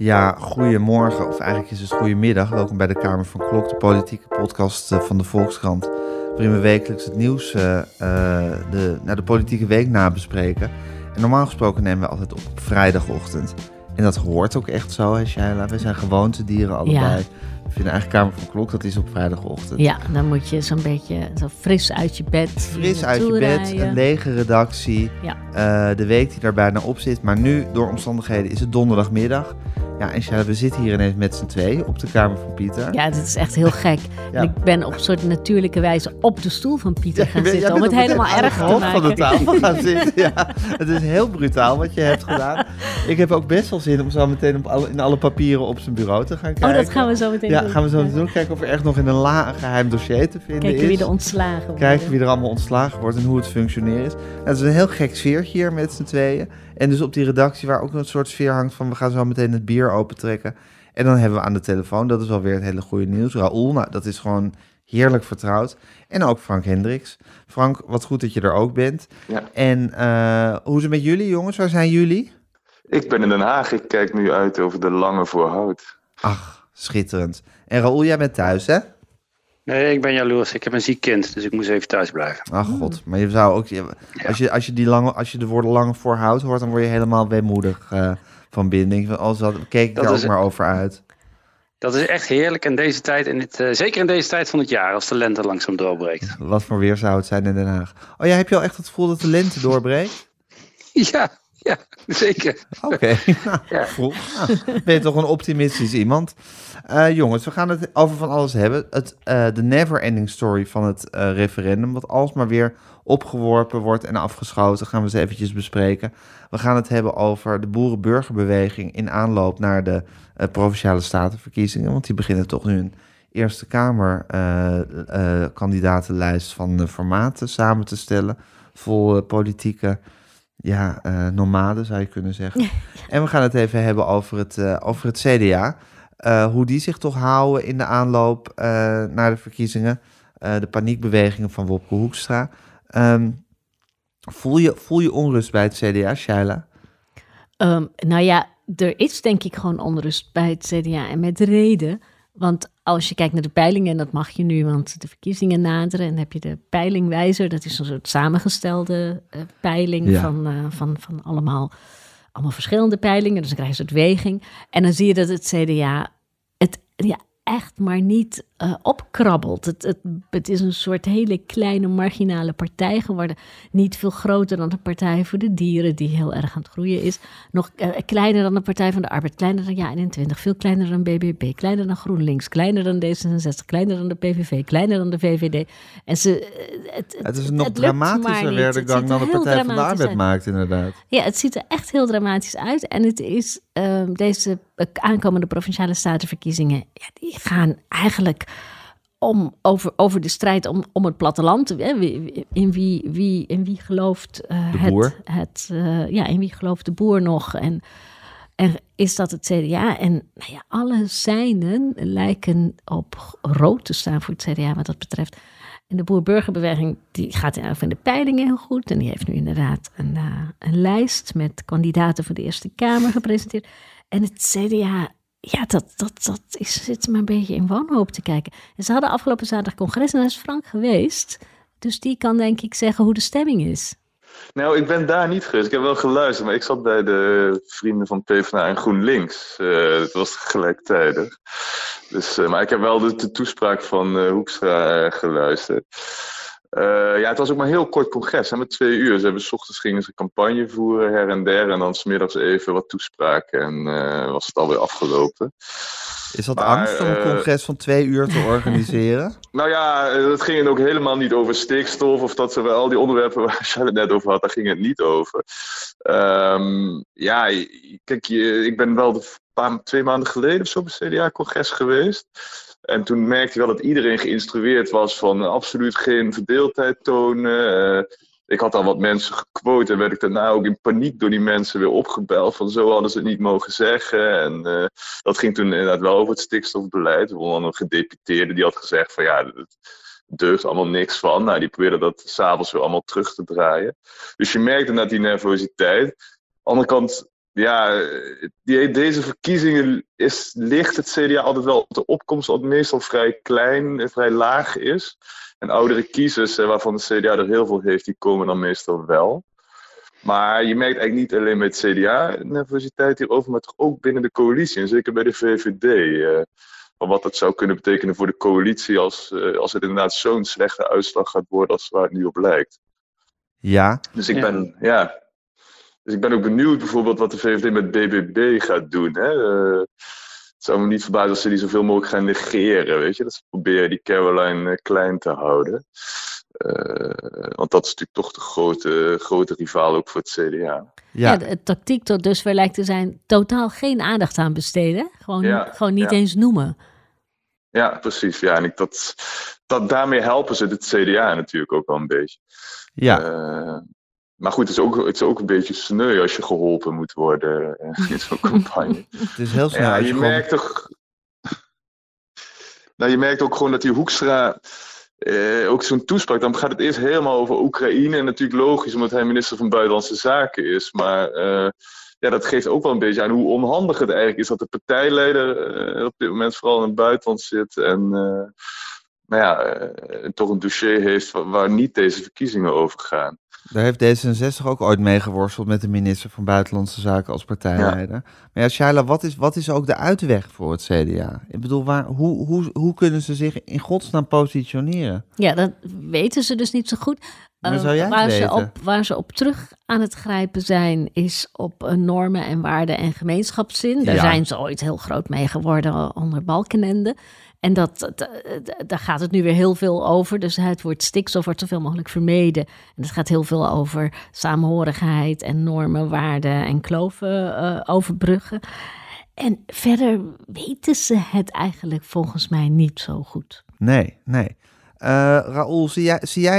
Ja, goedemorgen, of eigenlijk is het goedemiddag. Welkom bij de Kamer van Klok, de politieke podcast van de Volkskrant. Waarin we wekelijks het nieuws, de politieke week nabespreken. En normaal gesproken nemen we altijd op vrijdagochtend. En dat hoort ook echt zo, hè, Shaila? We zijn gewoontedieren allebei. Ja. We vinden eigenlijk Kamer van Klok, dat is op vrijdagochtend. Ja, dan moet je zo'n beetje zo fris uit je bed. Fris uit je bed, rijden. Een lege redactie. Ja. De week die daar bijna op zit. Maar nu, door omstandigheden, is het donderdagmiddag. Ja, en Shaila, we zitten hier ineens met z'n tweeën op de kamer van Pieter. Ja, dit is echt heel gek. Ja. En ik ben op een soort natuurlijke wijze op de stoel van Pieter gaan zitten. Om het helemaal erg te maken. Van de tafel gaan zitten. Ja, het is heel brutaal wat je hebt gedaan. Ik heb ook best wel zin om zo meteen in alle papieren op zijn bureau te gaan kijken. Oh, dat gaan we zo meteen doen. Ja, gaan we zo meteen doen. Kijken of er echt nog in een een geheim dossier te vinden is. Kijken wie er ontslagen wordt. Kijken wie er allemaal ontslagen wordt en hoe het functioneert is. Het is een heel gek sfeertje hier met z'n tweeën. En dus op die redactie waar ook een soort sfeer hangt van we gaan zo meteen het bier opentrekken. En dan hebben we aan de telefoon, dat is wel weer het hele goede nieuws, Raoul, nou dat is gewoon heerlijk vertrouwd. En ook Frank Hendricks. Frank, wat goed dat je er ook bent. Ja. En hoe is het met jullie jongens? Waar zijn jullie? Ik ben in Den Haag. Ik kijk nu uit over de Lange Voorhout. Ach, schitterend. En Raoul, jij bent thuis, hè? Nee, ik ben jaloers. Ik heb een ziek kind, dus ik moest even thuis blijven. Ach god, maar je zou ook... Als je de woorden Lange Voorhout hoort, dan word je helemaal weemoedig van binnen. Keek ik daar ook maar over uit. Dat is echt heerlijk in deze tijd, zeker in deze tijd van het jaar, als de lente langzaam doorbreekt. Wat voor weer zou het zijn in Den Haag? Oh ja, heb je al echt het gevoel dat de lente doorbreekt? Ja, zeker. Oké, vroeg. Nou, ben je toch een optimistisch iemand. Jongens, we gaan het over van alles hebben. De never-ending story van het referendum, wat alsmaar weer opgeworpen wordt en afgeschoten, gaan we eens eventjes bespreken. We gaan het hebben over de boerenburgerbeweging in aanloop naar de Provinciale Statenverkiezingen, want die beginnen toch nu een Eerste Kamer kandidatenlijst van formaten samen te stellen, vol politieke nomaden zou je kunnen zeggen. Ja. En we gaan het even hebben over het CDA. Hoe die zich toch houden in de aanloop naar de verkiezingen. De paniekbewegingen van Wopke Hoekstra. Voel je onrust bij het CDA, Shaila? Nou ja, er is denk ik gewoon onrust bij het CDA. En met reden. Want als je kijkt naar de peilingen, en dat mag je nu, want de verkiezingen naderen, en dan heb je de peilingwijzer, dat is een soort samengestelde peiling van allemaal verschillende peilingen. Dus dan krijg je een soort weging. En dan zie je dat het CDA het echt maar niet opkrabbelt. Het is een soort hele kleine marginale partij geworden. Niet veel groter dan de Partij voor de Dieren, die heel erg aan het groeien is. Nog kleiner dan de Partij van de Arbeid, kleiner dan JA21, veel kleiner dan BBB, kleiner dan GroenLinks, kleiner dan D66, kleiner dan de PVV, kleiner dan de VVD. En het is een nog dramatischer werdegang dan de Partij van de Arbeid maakt, inderdaad. Ja, het ziet er echt heel dramatisch uit. En het is deze aankomende Provinciale Statenverkiezingen, die gaan eigenlijk over de strijd om het platteland. In wie gelooft de boer? In wie gelooft de boer nog? En is dat het CDA? En alle seinen lijken op rood te staan voor het CDA wat dat betreft. En de boer-burgerbeweging die gaat in de peilingen heel goed. En die heeft nu inderdaad een lijst met kandidaten voor de Eerste Kamer gepresenteerd. En het CDA, zit maar een beetje in wanhoop te kijken. En ze hadden afgelopen zaterdag congres en daar is Frank geweest. Dus die kan denk ik zeggen hoe de stemming is. Nou, ik ben daar niet geweest. Ik heb wel geluisterd, maar ik zat bij de vrienden van PvdA en GroenLinks. Het was gelijktijdig. Dus, maar ik heb wel de toespraak van Hoekstra geluisterd. Het was ook maar een heel kort congres, met 2 uur. Ze hebben 's ochtends gingen ze campagne voeren her en der. En dan 's middags even wat toespraken en was het alweer afgelopen. Is dat angst om een congres van 2 uur te organiseren? Nou ja, dat ging ook helemaal niet over stikstof of dat al die onderwerpen waar Charlotte het net over had, daar ging het niet over. Kijk, ik ben wel 2 maanden geleden of zo op een CDA-congres geweest. En toen merkte ik wel dat iedereen geïnstrueerd was van absoluut geen verdeeldheid tonen. Ik had al wat mensen gequote en werd ik daarna ook in paniek door die mensen weer opgebeld. Van zo hadden ze het niet mogen zeggen. En dat ging toen inderdaad wel over het stikstofbeleid. We hadden een gedeputeerde die had gezegd van het deugt allemaal niks van. Nou, die probeerde dat 's avonds weer allemaal terug te draaien. Dus je merkte net die nervositeit. Aan de andere kant ja, deze verkiezingen ligt het CDA altijd wel op de opkomst, wat meestal vrij klein en vrij laag is. En oudere kiezers, waarvan de CDA er heel veel heeft, die komen dan meestal wel. Maar je merkt eigenlijk niet alleen bij het CDA nervositeit hierover, maar toch ook binnen de coalitie. En zeker bij de VVD. Van wat dat zou kunnen betekenen voor de coalitie als het inderdaad zo'n slechte uitslag gaat worden als waar het nu op lijkt. Ja. Dus ik ben ook benieuwd bijvoorbeeld wat de VVD met BBB gaat doen. Hè? Het zou me niet verbazen als ze die zoveel mogelijk gaan negeren. Weet je? Dat ze proberen die Caroline klein te houden. Want dat is natuurlijk toch de grote rivaal ook voor het CDA. Ja, de tactiek tot dusver lijkt te zijn totaal geen aandacht aan besteden. Gewoon niet eens noemen. Ja, precies. Ja, en daarmee helpen ze het CDA natuurlijk ook wel een beetje. Ja. Maar goed, het is ook een beetje sneu als je geholpen moet worden in zo'n campagne. Het is heel snel. Ja, je merkt ook gewoon dat die Hoekstra ook zo'n toespraak, dan gaat het eerst helemaal over Oekraïne. En natuurlijk logisch, omdat hij minister van Buitenlandse Zaken is. Maar dat geeft ook wel een beetje aan hoe onhandig het eigenlijk is dat de partijleider op dit moment vooral in het buitenland zit. En toch een dossier heeft waar niet deze verkiezingen over gaan. Daar heeft D66 ook ooit mee geworsteld met de minister van Buitenlandse Zaken als partijleider. Ja. Maar ja, Shaila, wat is ook de uitweg voor het CDA? Ik bedoel, hoe kunnen ze zich in godsnaam positioneren? Ja, dat weten ze dus niet zo goed. Waar ze op terug aan het grijpen zijn, is op normen en waarden en gemeenschapszin. Daar zijn ze ooit heel groot mee geworden onder Balkenende. En daar gaat het nu weer heel veel over. Dus het woord stikstof wordt zoveel mogelijk vermeden. En het gaat heel veel over samenhorigheid en normen, waarden en kloven overbruggen. En verder weten ze het eigenlijk volgens mij niet zo goed. Nee. Raoul, zie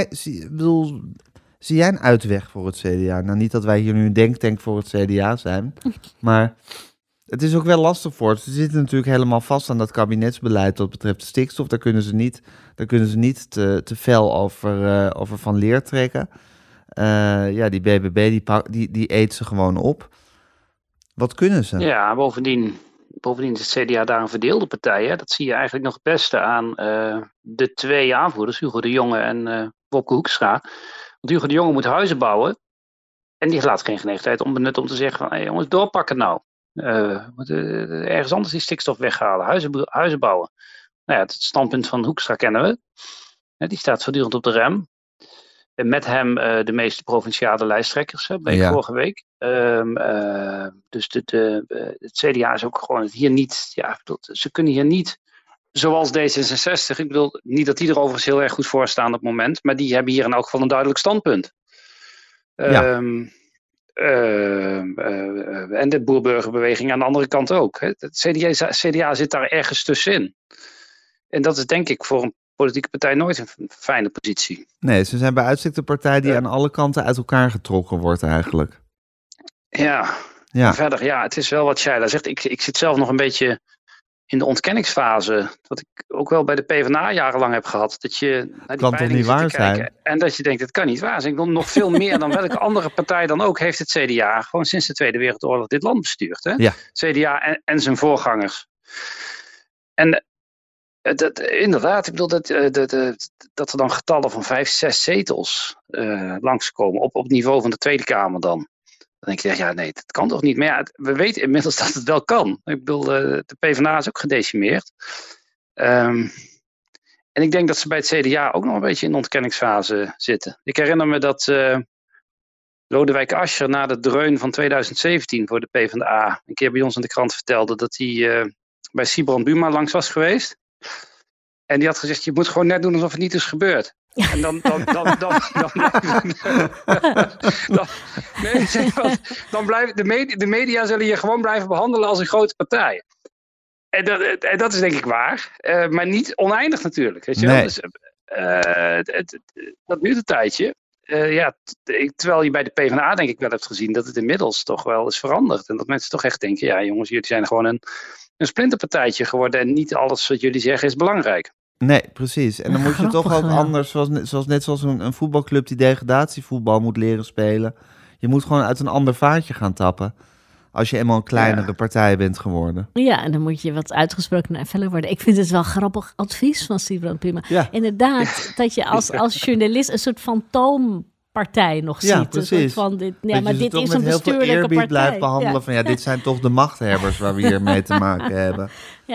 jij een uitweg voor het CDA? Nou, niet dat wij hier nu een denktank voor het CDA zijn, maar het is ook wel lastig voor ze. Ze zitten natuurlijk helemaal vast aan dat kabinetsbeleid wat betreft de stikstof. Daar kunnen ze niet te fel over van leer trekken. Die BBB die eet ze gewoon op. Wat kunnen ze? Ja, bovendien is het CDA daar een verdeelde partij. Hè? Dat zie je eigenlijk nog het beste aan de twee aanvoerders, Hugo de Jonge en Wopke Hoekstra. Want Hugo de Jonge moet huizen bouwen. En die laat geen gelegenheid onbenut om te zeggen van, hey, jongens, doorpakken nou. We moeten ergens anders die stikstof weghalen, huizen bouwen. Nou ja, het standpunt van Hoekstra kennen we. Die staat voortdurend op de rem. En met hem de meeste provinciale lijsttrekkers, bleek vorige week. Dus het CDA is ook gewoon hier niet. Ja, ze kunnen hier niet, zoals D66. Ik bedoel, niet dat die er overigens heel erg goed voor staan op het moment. Maar die hebben hier in elk geval een duidelijk standpunt. En de boerburgerbeweging aan de andere kant ook. Hè. Het CDA zit daar ergens tussenin. En dat is denk ik voor een politieke partij nooit een fijne positie. Nee, ze zijn bij uitstek de partij die aan alle kanten uit elkaar getrokken wordt eigenlijk. Ja. Verder, het is wel wat Shaila zegt. Ik zit zelf nog een beetje in de ontkenningsfase. Wat ik ook wel bij de PvdA jarenlang heb gehad. Dat je naar die kan toch niet waar zijn? En dat je denkt, het kan niet waar zijn. Ik wil nog veel meer dan welke andere partij dan ook heeft het CDA gewoon sinds de Tweede Wereldoorlog dit land bestuurd. Hè? Ja. CDA en zijn voorgangers. En inderdaad, ik bedoel dat er dan getallen van 5, 6 zetels langskomen op het niveau van de Tweede Kamer dan. Dan denk je, nee, dat kan toch niet? Maar ja, we weten inmiddels dat het wel kan. Ik bedoel, de PvdA is ook gedecimeerd. En ik denk dat ze bij het CDA ook nog een beetje in de ontkenningsfase zitten. Ik herinner me dat Lodewijk Asscher na de dreun van 2017 voor de PvdA een keer bij ons in de krant vertelde dat hij bij Sibrand Buma langs was geweest. En die had gezegd, je moet gewoon net doen alsof het niet is gebeurd. En dan blijven de media zullen je gewoon blijven behandelen als een grote partij. En dat is denk ik waar. Maar niet oneindig natuurlijk. Weet je wel? Dus, dat duurt een tijdje. Terwijl je bij de PvdA denk ik wel hebt gezien dat het inmiddels toch wel is veranderd. En dat mensen toch echt denken, ja jongens, jullie zijn gewoon een splinterpartijtje geworden. En niet alles wat jullie zeggen is belangrijk. Nee, precies. En dan moet je toch ook anders, zoals een voetbalclub die degradatievoetbal moet leren spelen. Je moet gewoon uit een ander vaatje gaan tappen. als je eenmaal een kleinere partij bent geworden. Ja, en dan moet je wat uitgesproken en feller worden. Ik vind het wel grappig advies van Sybrand Puma. Ja. Inderdaad, dat je als journalist een soort fantoompartij nog ziet. Ja, precies. Een soort van maar dit is een bestuurlijke met heel veel eerbied partij. blijft behandelen van dit zijn toch de machthebbers waar we hier mee te maken hebben.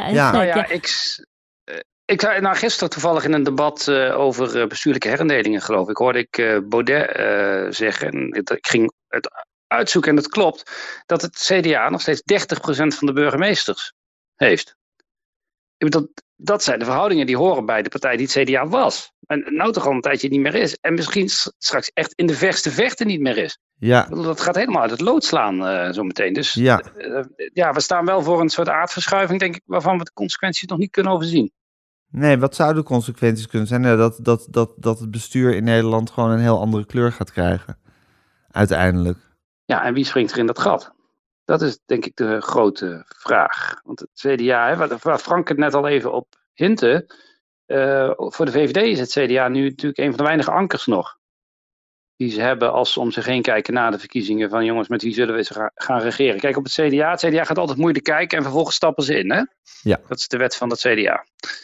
Ik zei gisteren toevallig in een debat over bestuurlijke herindelingen, geloof ik, hoorde ik Baudet zeggen, en ik ging het uitzoeken en het klopt, dat het CDA nog steeds 30% van de burgemeesters heeft. Dat zijn de verhoudingen die horen bij de partij die het CDA was. En nou toch al een tijdje niet meer is. En misschien straks echt in de verste verte niet meer is. Ja. Dat gaat helemaal uit het lood slaan zo meteen. Dus we staan wel voor een soort aardverschuiving, denk ik, waarvan we de consequenties nog niet kunnen overzien. Nee, wat zouden de consequenties kunnen zijn? Dat het bestuur in Nederland gewoon een heel andere kleur gaat krijgen. Uiteindelijk. Ja, en wie springt er in dat gat? Dat is denk ik de grote vraag. Want het CDA, waar Frank het net al even op hintte, voor de VVD is het CDA nu natuurlijk een van de weinige ankers nog. Die ze hebben als ze om zich heen kijken na de verkiezingen van jongens, met wie zullen we gaan regeren. Kijk, op het CDA gaat altijd moeilijk kijken en vervolgens stappen ze in. Hè? Ja. Dat is de wet van het CDA.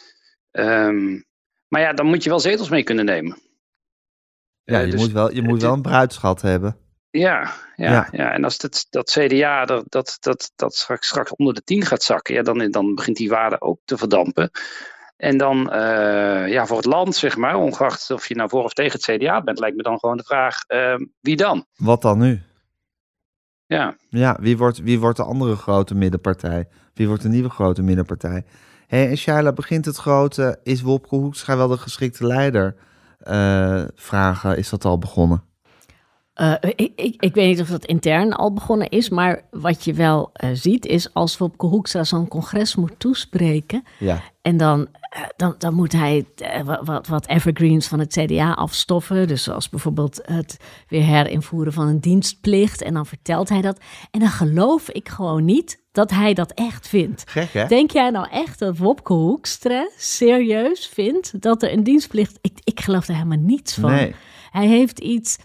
Maar ja, dan moet je wel zetels mee kunnen nemen. Ja, je moet wel een bruidschat hebben. Ja. En als dat CDA dat straks onder de 10 gaat zakken, dan begint die waarde ook te verdampen. En dan voor het land, zeg maar, ongeacht of je nou voor of tegen het CDA bent, lijkt me dan gewoon de vraag, wie dan? Wat dan nu? Ja. Ja, wie wordt de andere grote middenpartij? Wie wordt de nieuwe grote middenpartij? En Shaila, begint het grote, is Wopke Hoekstra wel de geschikte leider? Vragen, is dat al begonnen? Ik weet niet of dat intern al begonnen is, maar wat je wel ziet is als Wopke Hoekstra zo'n congres moet toespreken, en dan moet hij wat evergreens van het CDA afstoffen, dus zoals bijvoorbeeld het weer herinvoeren van een dienstplicht, en dan vertelt hij dat, en dan geloof ik gewoon niet dat hij dat echt vindt. Gek, hè? Denk jij nou echt dat Wopke Hoekstra serieus vindt dat er een dienstplicht... Ik geloof daar helemaal niets van. Nee. Hij heeft iets...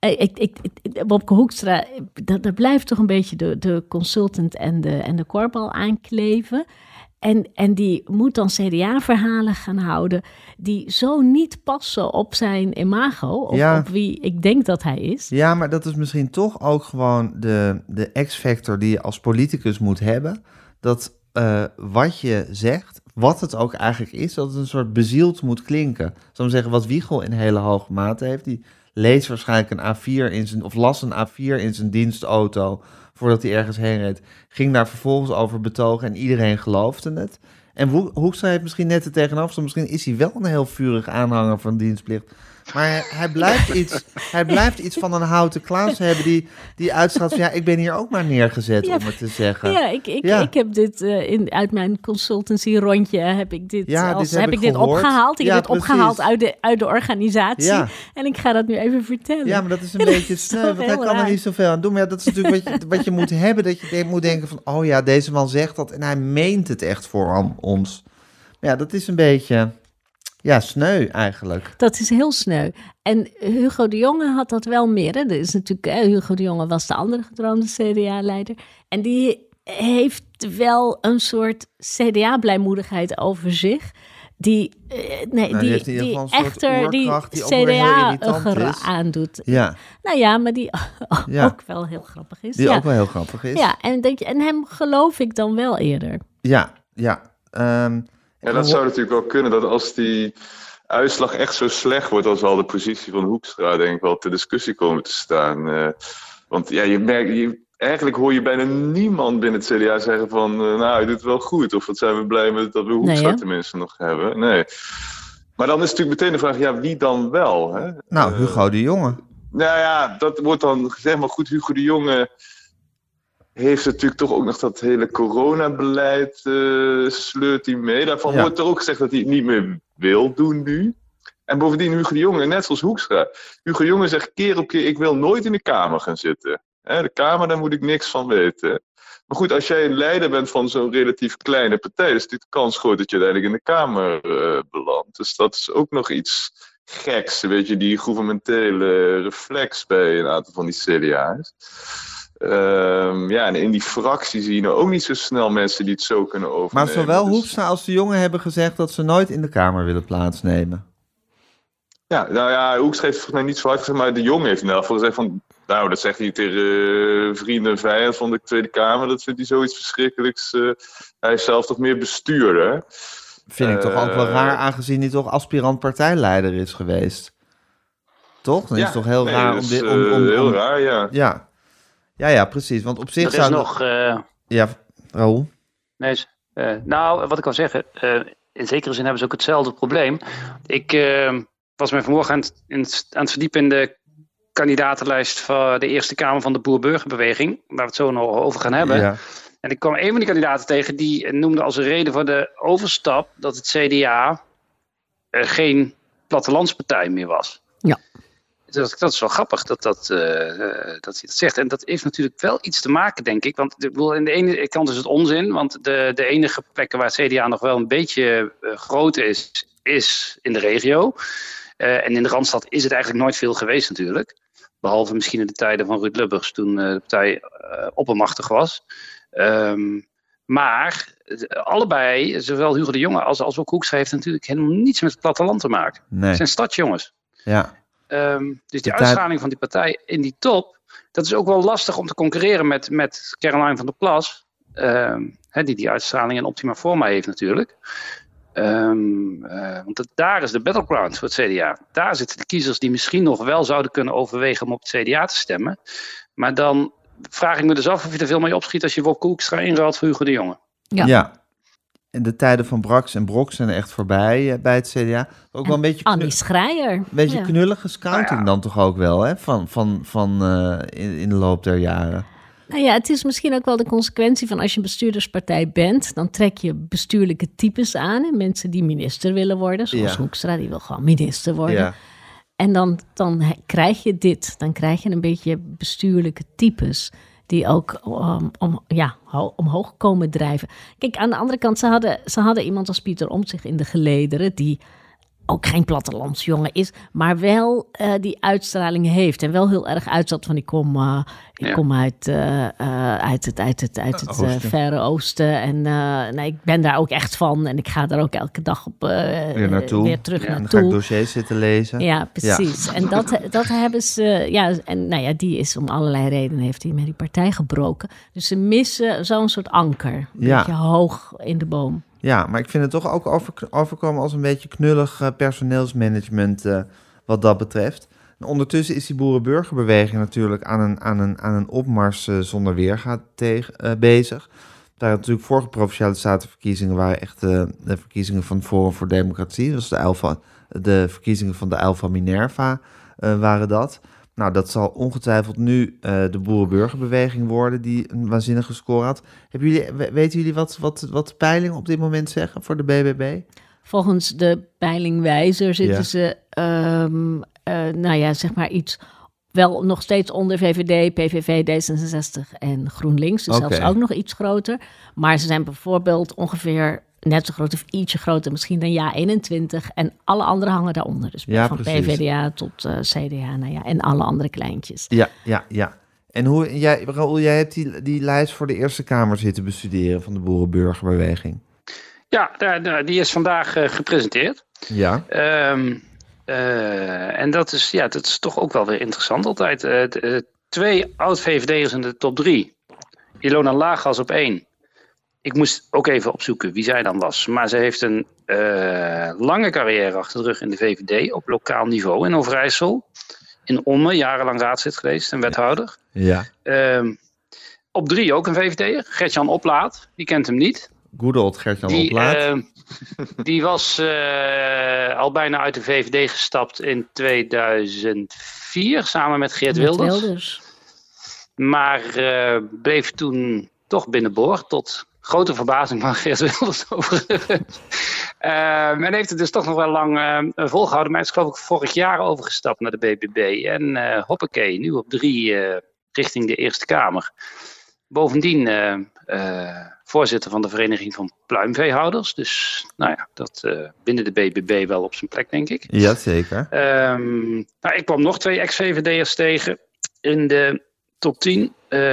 Wopke Hoekstra, daar blijft toch een beetje de consultant en de korpel aankleven. En die moet dan CDA-verhalen gaan houden die zo niet passen op zijn imago, of op wie ik denk dat hij is. Ja, maar dat is misschien toch ook gewoon de X-factor die je als politicus moet hebben. Dat wat je zegt, wat het ook eigenlijk is, dat het een soort bezield moet klinken. Zal ik zeggen, wat Wiegel in hele hoge mate heeft, die leest waarschijnlijk een A4 las een A4 in zijn dienstauto voordat hij ergens heen reed, ging daar vervolgens over betogen en iedereen geloofde het. En Hoekstra heeft misschien net het tegenovergestelde. Misschien is hij wel een heel vurig aanhanger van dienstplicht. Maar hij blijft iets van een houten Klaas hebben die uitstraalt van ik ben hier ook maar neergezet, om het te zeggen. Ja, ik heb dit uit mijn consultancy rondje heb ik dit opgehaald. Ik heb dit opgehaald uit de organisatie. Ja. En ik ga dat nu even vertellen. Ja, maar dat is een beetje sneu, want hij kan er niet zoveel aan doen. Maar dat is natuurlijk wat je moet hebben, dat je moet denken van, deze man zegt dat en hij meent het echt voor ons. Maar ja, dat is een beetje... Ja, sneu eigenlijk. Dat is heel sneu. En Hugo de Jonge had dat wel meer. Hè? Er is natuurlijk, Hugo de Jonge was de andere gedroomde CDA-leider. En die heeft wel een soort CDA-blijmoedigheid over zich. Die echter die CDA aandoet. Ja. Nou ja, maar die ook wel heel grappig is. Die ook wel heel grappig is. Ja, en hem geloof ik dan wel eerder. Ja. Ja, dat zou natuurlijk ook kunnen, dat als die uitslag echt zo slecht wordt, dan zal de positie van Hoekstra denk ik wel ter discussie komen te staan. Want je merkt, eigenlijk hoor je bijna niemand binnen het CDA zeggen van, hij doet het wel goed. Of wat zijn we blij met dat we Hoekstra tenminste nog hebben. Nee. Maar dan is natuurlijk meteen de vraag, wie dan wel? Hè? Nou, Hugo de Jonge. Nou ja, dat wordt dan gezegd, maar goed, Hugo de Jonge heeft natuurlijk toch ook nog dat hele coronabeleid sleurt hij mee. Daarvan wordt er ook gezegd dat hij het niet meer wil doen nu. En bovendien Hugo de Jonge, net zoals Hoekstra. Hugo de Jonge zegt keer op keer, ik wil nooit in de Kamer gaan zitten. De Kamer, daar moet ik niks van weten. Maar goed, als jij een leider bent van zo'n relatief kleine partij, is natuurlijk de kans groot dat je uiteindelijk in de Kamer belandt. Dus dat is ook nog iets geks, weet je, die gouvernementele reflex bij een aantal van die CDA's. En in die fractie zie je nou ook niet zo snel mensen die het zo kunnen Maar overnemen. zowel Dus- Hoekstra als de Jonge hebben gezegd dat ze nooit in de Kamer willen plaatsnemen. Ja, nou ja, Hoekstra heeft volgens mij niet zo hard gezegd, maar de Jong heeft in elk geval gezegd van... Nou, dat zegt hij tegen vrienden en vijanden van de Tweede Kamer. Dat vindt hij zoiets verschrikkelijks. Hij is zelf toch meer bestuurder. Vind ik toch ook wel raar, aangezien hij toch aspirant partijleider is geweest. Toch? Dan is het toch heel raar dat om is, dit... heel raar, ja. Ja, precies. Want op zich Er is zou... nog... Ja, Raoul? Wat ik wil zeggen, in zekere zin hebben ze ook hetzelfde probleem. Ik was me vanmorgen aan het verdiepen in de kandidatenlijst van de Eerste Kamer van de Boer-Burgerbeweging, waar we het zo nog over gaan hebben. Ja. En ik kwam een van die kandidaten tegen die noemde als een reden voor de overstap dat het CDA geen plattelandspartij meer was. Ja. Dus dat is wel grappig dat hij dat zegt. En dat heeft natuurlijk wel iets te maken, denk ik. Want ik bedoel, aan de ene kant is het onzin. Want de enige plekken waar het CDA nog wel een beetje groot is in de regio. En in de Randstad is het eigenlijk nooit veel geweest natuurlijk. Behalve misschien in de tijden van Ruud Lubbers, toen de partij oppermachtig was. Maar allebei, zowel Hugo de Jonge als ook Hoekstra, heeft natuurlijk helemaal niets met het platteland te maken. Nee. Het zijn stadsjongens. Ja. Dus die uitstraling van die partij in die top, dat is ook wel lastig om te concurreren met Caroline van der Plas. Die uitstraling in optima forma heeft natuurlijk. Want daar is de battleground voor het CDA. Daar zitten de kiezers die misschien nog wel zouden kunnen overwegen om op het CDA te stemmen. Maar dan vraag ik me dus af of je er veel mee opschiet als je Wopke Hoekstra inruilt voor Hugo de Jonge. Ja. En de tijden van Brax en Brok zijn echt voorbij bij het CDA. Ook wel een beetje, Annie Schreier. een beetje Ja. knullige scouting dan toch ook wel, hè? In de loop der jaren. Nou ja, het is misschien ook wel de consequentie van als je een bestuurderspartij bent, dan trek je bestuurlijke types aan. En mensen die minister willen worden, zoals Ja. Hoekstra, die wil gewoon minister worden. Ja. En dan krijg je dit. Dan krijg je een beetje bestuurlijke types die ook omhoog komen drijven. Kijk, aan de andere kant, ze hadden iemand als Pieter Omtzigt in de gelederen die ook geen plattelandsjongen is, maar wel die uitstraling heeft. En wel heel erg uitzat van ik kom uit het Oosten. Verre Oosten. En ik ben daar ook echt van. En ik ga daar ook elke dag Weer naartoe. weer terug En dan ga ik naartoe. dossiers zitten lezen. Ja, precies. En dat hebben ze... Ja, en nou ja, die is om allerlei redenen heeft hij met die partij gebroken. Dus ze missen zo'n soort anker. Een beetje hoog in de boom. Ja, maar ik vind het toch ook overkomen als een beetje knullig personeelsmanagement wat dat betreft. En ondertussen is die boerenburgerbeweging natuurlijk aan een opmars zonder weerga bezig. Daar natuurlijk vorige Provinciale Statenverkiezingen waren echt de verkiezingen van Forum voor Democratie. Dat was de verkiezingen van de Uil van Minerva waren dat. Nou, dat zal ongetwijfeld nu de boerenburgerbeweging worden die een waanzinnige score had. Weten jullie wat de peilingen op dit moment zeggen voor de BBB? Volgens de peilingwijzer zitten ze, zeg maar iets, wel nog steeds onder VVD, PVV, D66 en GroenLinks. Dus zelfs ook nog iets groter. Maar ze zijn bijvoorbeeld ongeveer net zo groot of ietsje groter misschien dan JA21. En alle andere hangen daaronder. Dus van precies. PvdA tot CDA, en alle andere kleintjes. Ja. En Raoul, jij hebt die lijst voor de Eerste Kamer zitten bestuderen van de boerenburgerbeweging. Ja, die is vandaag gepresenteerd. Ja. En dat is toch ook wel weer interessant altijd. 2 oud-VVD'ers in de top 3. Ilona Lagas op 1. Ik moest ook even opzoeken wie zij dan was. Maar ze heeft een lange carrière achter de rug in de VVD op lokaal niveau in Overijssel. In Ommen, jarenlang raadslid geweest en wethouder. Ja. Op 3 ook een VVD'er, Gert-Jan Oplaat. Die kent hem niet. Good old Gert-Jan Oplaat. Die was al bijna uit de VVD gestapt in 2004 samen met Geert Wilders. Maar bleef toen toch binnenboord tot grote verbazing van Geert Wilders overigens. En heeft het dus toch nog wel lang volgehouden. Maar hij is geloof ik vorig jaar overgestapt naar de BBB. En hoppakee, nu op 3 richting de Eerste Kamer. Bovendien voorzitter van de Vereniging van Pluimveehouders. Dus dat binnen de BBB wel op zijn plek, denk ik. Ja, zeker. Ik kwam nog 2 ex-VVD'ers tegen in de top 10.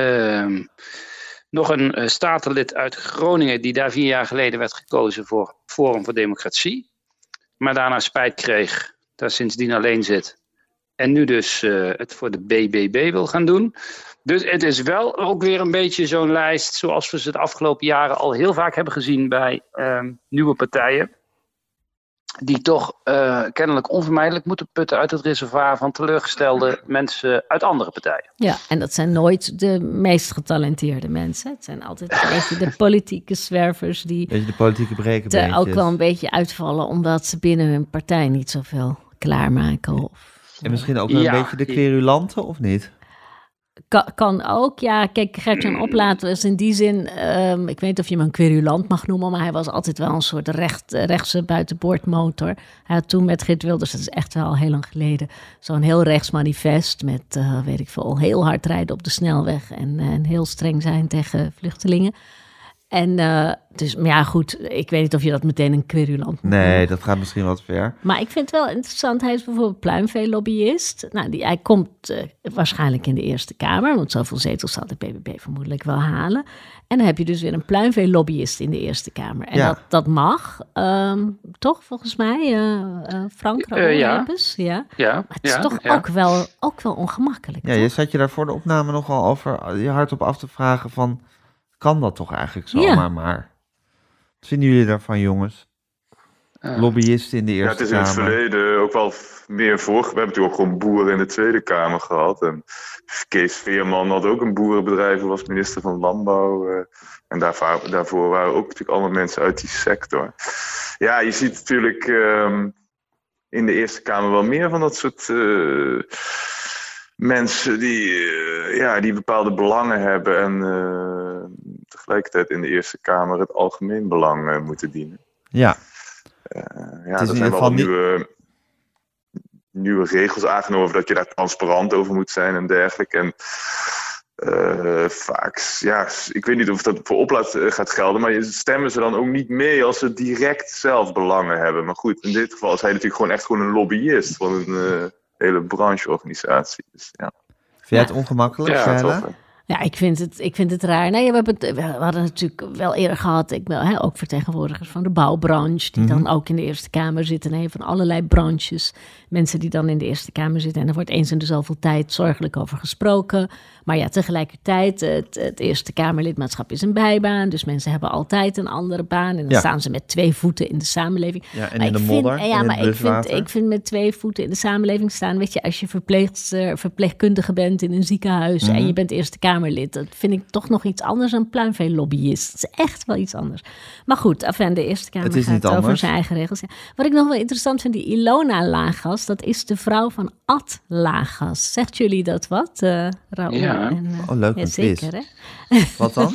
Nog een statenlid uit Groningen die daar 4 jaar geleden werd gekozen voor Forum voor Democratie. Maar daarna spijt kreeg, daar sindsdien alleen zit. En nu dus het voor de BBB wil gaan doen. Dus het is wel ook weer een beetje zo'n lijst zoals we ze de afgelopen jaren al heel vaak hebben gezien bij nieuwe partijen. Die toch kennelijk onvermijdelijk moeten putten uit het reservoir van teleurgestelde mensen uit andere partijen. Ja, en dat zijn nooit de meest getalenteerde mensen. Het zijn altijd een beetje de politieke zwervers die Weet je, de politieke brekenbeentjes. er ook wel een beetje uitvallen omdat ze binnen hun partij niet zoveel klaarmaken. En misschien ook wel een beetje de querulanten, of niet? Kan ook, ja. Kijk, Gert-Jan Oplaat was in die zin, ik weet niet of je hem een querulant mag noemen, maar hij was altijd wel een soort rechtse buitenboordmotor. Hij had toen met Geert Wilders, dat is echt wel heel lang geleden, zo'n heel rechts manifest met, weet ik veel, heel hard rijden op de snelweg en heel streng zijn tegen vluchtelingen. En dus, maar ja, goed, ik weet niet of je dat meteen een querulant moet Nee, noemen. dat gaat misschien wat ver. Maar ik vind het wel interessant. Hij is bijvoorbeeld pluimveelobbyist. Nou, hij komt waarschijnlijk in de Eerste Kamer, want zoveel zetels zal de BBB vermoedelijk wel halen. En dan heb je dus weer een pluimveelobbyist in de Eerste Kamer. En Ja. dat mag, toch, volgens mij, Frank Raoul Heppes. Ja. Ja, Maar het is toch ook wel ongemakkelijk. Ja, toch? je zat je daar voor de opname nogal over je hardop af te vragen van, kan dat toch eigenlijk zo? Ja. Maar wat vinden jullie daarvan, jongens? Lobbyisten in de Ja, het Eerste is in het Kamer. verleden ook wel meer voor. We hebben natuurlijk ook gewoon boeren in de Tweede Kamer gehad. En Kees Veerman had ook een boerenbedrijf, was minister van Landbouw. En daarvoor waren ook natuurlijk allemaal mensen uit die sector. Ja, je ziet natuurlijk in de Eerste Kamer wel meer van dat soort mensen die bepaalde belangen hebben en tegelijkertijd in de Eerste Kamer het algemeen belang moeten dienen. Ja, Ja, in er ieder zijn geval wel nieuwe regels aangenomen dat je daar transparant over moet zijn en dergelijke. En vaak, ja, ik weet niet of dat voor Oplaat gaat gelden, maar stemmen ze dan ook niet mee als ze direct zelf belangen hebben. Maar goed, in dit geval is hij natuurlijk gewoon een lobbyist van een hele brancheorganisatie. Dus, ja. vind jij het ongemakkelijk, Ja, Stella? toch. Ja, ik vind het raar. Nee, we hadden natuurlijk wel eerder gehad, ook vertegenwoordigers van de bouwbranche, die dan ook in de Eerste Kamer zitten. Nee, van allerlei branches. Mensen die dan in de Eerste Kamer zitten. En er wordt eens in de zoveel tijd zorgelijk over gesproken. Maar ja, tegelijkertijd, het Eerste Kamerlidmaatschap is een bijbaan. Dus mensen hebben altijd een andere baan. En dan staan ze met 2 voeten in de samenleving. Ja, en Maar in de ik modder vind, en ja, in maar het bluswater. ik vind met 2 voeten in de samenleving staan, weet je, als je verpleegkundige bent in een ziekenhuis en je bent Eerste Kamerlid, dat vind ik toch nog iets anders dan pluimveelobbyist. Het is echt wel iets anders. Maar goed, enfin, de Eerste Kamer Het is niet gaat over anders. zijn eigen regels. Ja. Wat ik nog wel interessant vind, die Ilona Laagas, dat is de vrouw van Ad Laagas. Zegt jullie dat wat, Raoul? Ja. En, Oh, leuk, ja, een zeker, quiz. hè? Wat dan?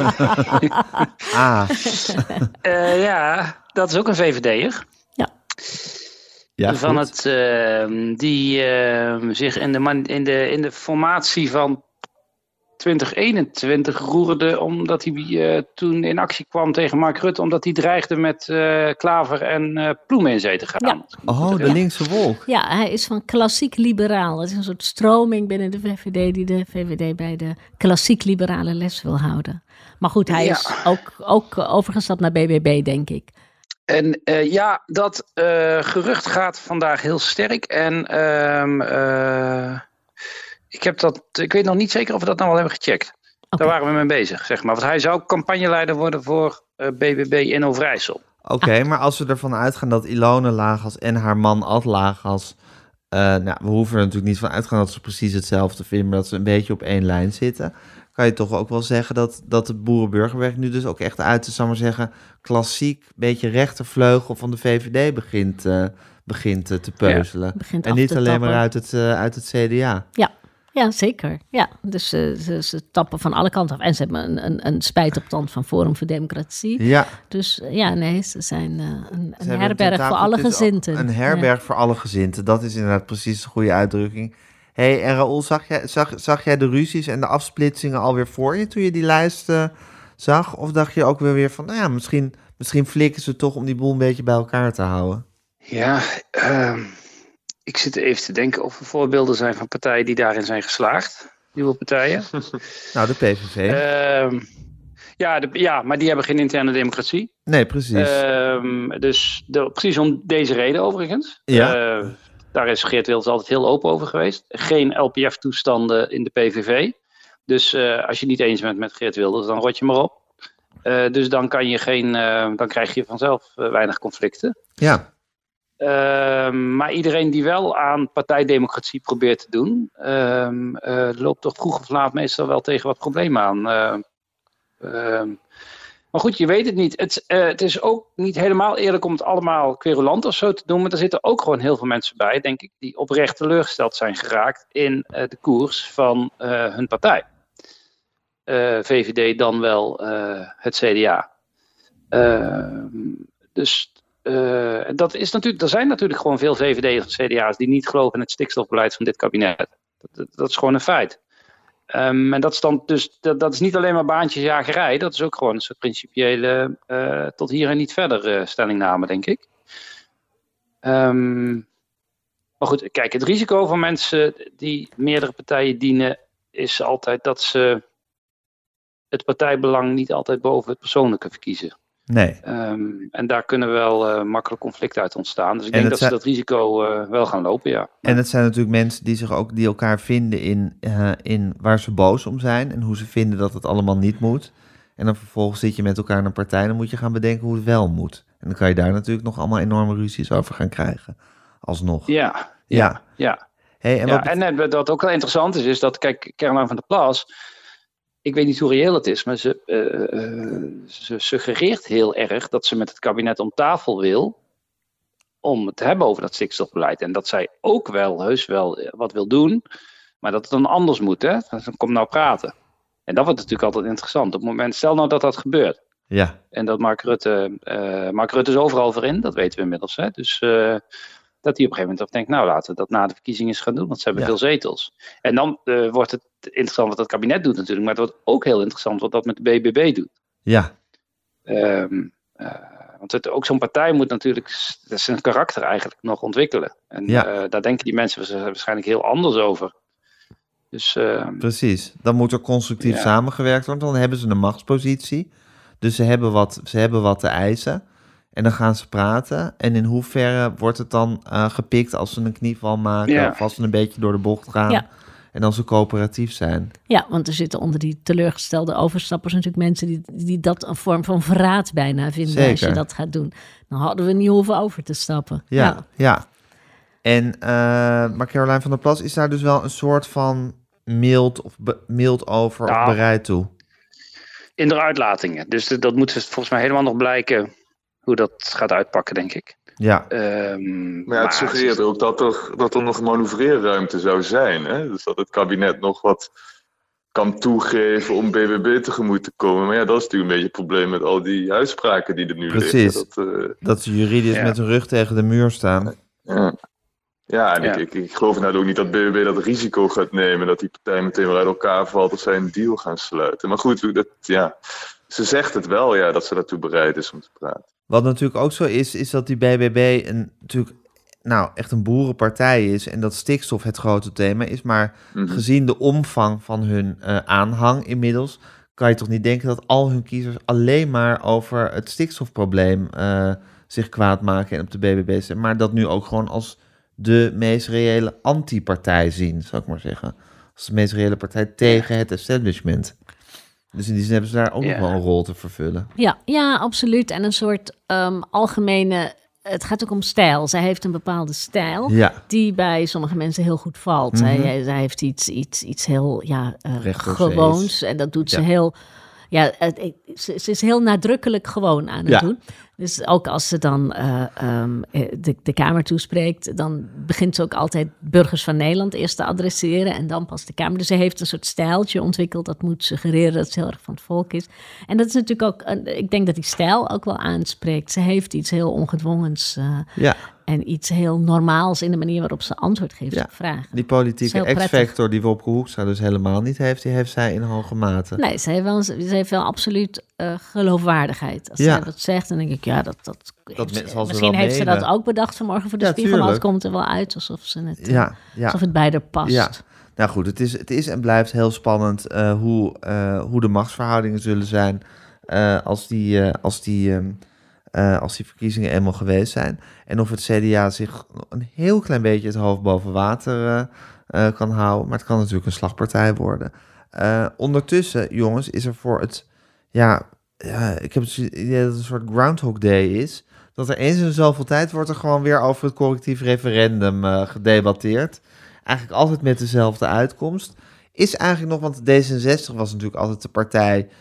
Ja, dat is ook een VVD'er. Ja, Van goed. die zich in de formatie van 2021 roerde, omdat hij toen in actie kwam tegen Mark Rutte, omdat hij dreigde met Klaver en Ploemen in zee te gaan. Oh, de linkse wolk. Ja, hij is van klassiek liberaal. Dat is een soort stroming binnen de VVD die de VVD bij de klassiek liberale les wil houden. Maar goed, hij is ook overgestapt naar BBB, denk ik. En dat gerucht gaat vandaag heel sterk. En ik weet nog niet zeker of we dat nou al hebben gecheckt. Oké. Daar waren we mee bezig, zeg maar. Want hij zou campagneleider worden voor BBB in Overijssel. Oké, maar als we ervan uitgaan dat Ilona Laagas en haar man Ad Laagas, we hoeven er natuurlijk niet van uitgaan dat ze precies hetzelfde vinden, maar dat ze een beetje op één lijn zitten, kan je toch ook wel zeggen dat de Boerenburgerweg nu dus ook echt uit, zal maar zeggen, klassiek, beetje rechtervleugel van de VVD begint te peuzelen. Begint en af niet te alleen tappen. maar uit het CDA. Ja, zeker. Ja, dus ze tappen van alle kanten af. En ze hebben een spijtopstand van Forum voor Democratie. Ja, Dus ja, nee, ze zijn een ze hebben herberg ten voor tafel, alle het is gezinten. Een herberg voor alle gezinten, dat is inderdaad precies de goede uitdrukking. Hey, en Raoul, zag jij de ruzies en de afsplitsingen alweer voor je toen je die lijst zag? Of dacht je ook weer van, nou ja, misschien flikken ze toch om die boel een beetje bij elkaar te houden? Ja, ik zit even te denken of er voorbeelden zijn van partijen die daarin zijn geslaagd. nieuwe partijen. Nou, de PVV. Maar die hebben geen interne democratie. Nee, precies. Dus precies om deze reden overigens. Ja. Daar is Geert Wilders altijd heel open over geweest. Geen LPF-toestanden in de PVV. Dus als je niet eens bent met Geert Wilders, dan rot je maar op. Dus dan krijg je vanzelf weinig conflicten. Ja. Maar iedereen die wel aan partijdemocratie probeert te doen, loopt toch vroeg of laat meestal wel tegen wat problemen aan. Maar goed, je weet het niet. Het is ook niet helemaal eerlijk om het allemaal querulant of zo te doen. Maar er zitten ook gewoon heel veel mensen bij, denk ik, die oprecht teleurgesteld zijn geraakt in de koers van hun partij. VVD dan wel het CDA. Er zijn natuurlijk gewoon veel VVD'ers en CDA's die niet geloven in het stikstofbeleid van dit kabinet. Dat is gewoon een feit. En dat is niet alleen maar baantjesjagerij, dat is ook gewoon een soort principiële tot hier en niet verder stellingname, denk ik. Maar goed, kijk, het risico van mensen die meerdere partijen dienen is altijd dat ze het partijbelang niet altijd boven het persoonlijke verkiezen. Nee. En daar kunnen wel makkelijk conflicten uit ontstaan. Dus ik denk dat ze dat risico wel gaan lopen, ja. En het zijn natuurlijk mensen die elkaar vinden in waar ze boos om zijn en hoe ze vinden dat het allemaal niet moet. En dan vervolgens zit je met elkaar in een partij en dan moet je gaan bedenken hoe het wel moet. En dan kan je daar natuurlijk nog allemaal enorme ruzies over gaan krijgen. Alsnog. Ja. Hey, en wat ook wel interessant is dat, kijk, Caroline van der Plas, ik weet niet hoe reëel het is, maar ze suggereert heel erg dat ze met het kabinet om tafel wil om het te hebben over dat stikstofbeleid. En dat zij ook heus wel wat wil doen, maar dat het dan anders moet. Hè? Dus dan kom nou praten. En dat wordt natuurlijk altijd interessant. Op het moment, stel nou dat gebeurt. Ja. En dat Mark Rutte is overal voor in, dat weten we inmiddels. Hè? Dus dat hij op een gegeven moment denkt, nou laten we dat na de verkiezingen eens gaan doen, want ze hebben veel zetels. En dan wordt het interessant wat het kabinet doet natuurlijk, maar het wordt ook heel interessant wat dat met de BBB doet. Ja. Want ook zo'n partij moet natuurlijk zijn karakter eigenlijk nog ontwikkelen. En daar denken die mensen waarschijnlijk heel anders over. Dus, precies, dan moet er constructief samengewerkt worden, dan hebben ze een machtspositie. Dus ze hebben wat te eisen. En dan gaan ze praten. En in hoeverre wordt het dan gepikt als ze een knieval maken of als ze een beetje door de bocht gaan. Ja. En als ze coöperatief zijn. Ja, want er zitten onder die teleurgestelde overstappers natuurlijk mensen die dat een vorm van verraad bijna vinden. Zeker. Als je dat gaat doen. Dan hadden we niet hoeven over te stappen. Ja. En maar Caroline van der Plas is daar dus wel een soort van mild over of bereid toe. In de uitlatingen. Dus dat moet volgens mij helemaal nog blijken hoe dat gaat uitpakken, denk ik. Ja. Maar het suggereert ook dat er nog manoeuvreerruimte zou zijn. Hè? Dus dat het kabinet nog wat kan toegeven om BBB tegemoet te komen. Maar ja, dat is natuurlijk een beetje het probleem met al die uitspraken die er nu liggen. Precies. Dat ze juridisch met hun rug tegen de muur staan. Ik geloof inderdaad ook niet dat BBB dat risico gaat nemen, dat die partij meteen weer uit elkaar valt als zij een deal gaan sluiten. Maar goed, ze zegt het wel, dat ze daartoe bereid is om te praten. Wat natuurlijk ook zo is dat die BBB natuurlijk echt een boerenpartij is en dat stikstof het grote thema is, maar gezien de omvang van hun aanhang inmiddels, kan je toch niet denken dat al hun kiezers alleen maar over het stikstofprobleem zich kwaad maken en op de BBB zijn, maar dat nu ook gewoon als de meest reële antipartij zien, zou ik maar zeggen. Als de meest reële partij tegen het establishment. Dus in die zin hebben ze daar ook nog wel een rol te vervullen. Ja, absoluut. En een soort algemene... Het gaat ook om stijl. Zij heeft een bepaalde stijl die bij sommige mensen heel goed valt. Zij heeft iets heel gewoons. En dat doet ze heel... Ja, ze is heel nadrukkelijk gewoon aan het doen. Dus ook als ze dan de Kamer toespreekt, dan begint ze ook altijd burgers van Nederland eerst te adresseren en dan pas de Kamer. Dus ze heeft een soort stijltje ontwikkeld dat moet suggereren dat ze heel erg van het volk is. En dat is natuurlijk ook, ik denk dat die stijl ook wel aanspreekt. Ze heeft iets heel ongedwongens en iets heel normaals in de manier waarop ze antwoord geeft op vragen. Die politieke X-factor die Wopke Hoekstra dus helemaal niet heeft, die heeft zij in hoge mate. Nee, ze heeft wel absoluut geloofwaardigheid. Als zij dat zegt, dan denk ik, misschien heeft ze dat ook bedacht vanmorgen voor de spiegel, maar het komt er wel uit alsof het bij haar past. Ja. Nou goed, het is en blijft heel spannend hoe de machtsverhoudingen zullen zijn als die verkiezingen eenmaal geweest zijn. En of het CDA zich een heel klein beetje het hoofd boven water kan houden. Maar het kan natuurlijk een slagpartij worden. Ondertussen, jongens, is er voor het... ik heb het idee dat het een soort Groundhog Day is. Dat er eens in zoveel tijd wordt er gewoon weer over het correctief referendum gedebatteerd. Eigenlijk altijd met dezelfde uitkomst. Is eigenlijk nog, want D66 was natuurlijk altijd de partij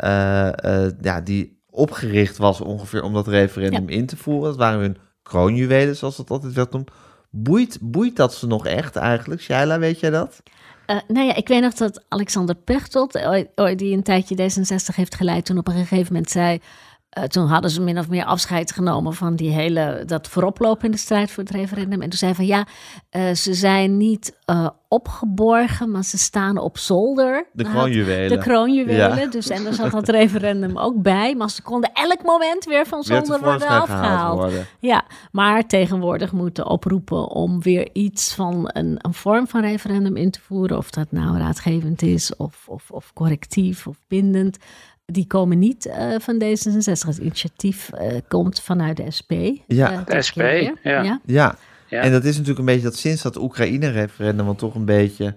die opgericht was ongeveer om dat referendum in te voeren. Dat waren hun kroonjuwelen, zoals dat altijd werd genoemd. Boeit dat ze nog echt eigenlijk? Shaila, weet jij dat? Ik weet nog dat Alexander Pechtold, die een tijdje D66 heeft geleid, toen op een gegeven moment zei... toen hadden ze min of meer afscheid genomen van dat vooroplopende strijd voor het referendum. En toen zei van ze zijn niet opgeborgen, maar ze staan op zolder. De kroonjuwelen. Ja. Dus, en daar zat dat referendum ook bij. Maar ze konden elk moment weer van zolder worden afgehaald. Ja, maar tegenwoordig moeten oproepen om weer iets van een vorm van referendum in te voeren. Of dat nou raadgevend is of correctief of bindend. Die komen niet van D66. Het initiatief komt vanuit de SP. De SP, Ja, en dat is natuurlijk een beetje dat sinds dat Oekraïne-referendum... wat toch een beetje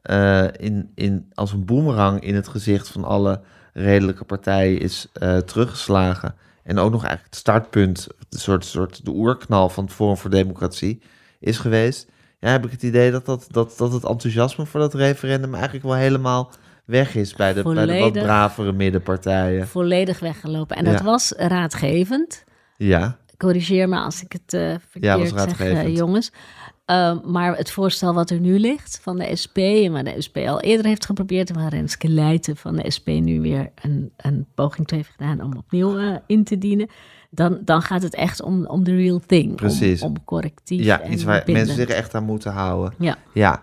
als een boemerang in het gezicht van alle redelijke partijen is teruggeslagen. En ook nog eigenlijk het startpunt, een soort de oerknal van het Forum voor Democratie is geweest. Ja, heb ik het idee dat het enthousiasme voor dat referendum eigenlijk wel helemaal... weg is bij de wat bravere middenpartijen. Volledig weggelopen. En dat was raadgevend. Ja. Corrigeer me als ik het verkeerd zeg, jongens. Maar het voorstel wat er nu ligt van de SP... en waar de SP al eerder heeft geprobeerd... en waar Renske Leijten van de SP nu weer een poging toe heeft gedaan... om opnieuw in te dienen... Dan gaat het echt om de real thing. Precies. Om correctief en iets waar bindend. mensen zich echt aan moeten houden. Ja.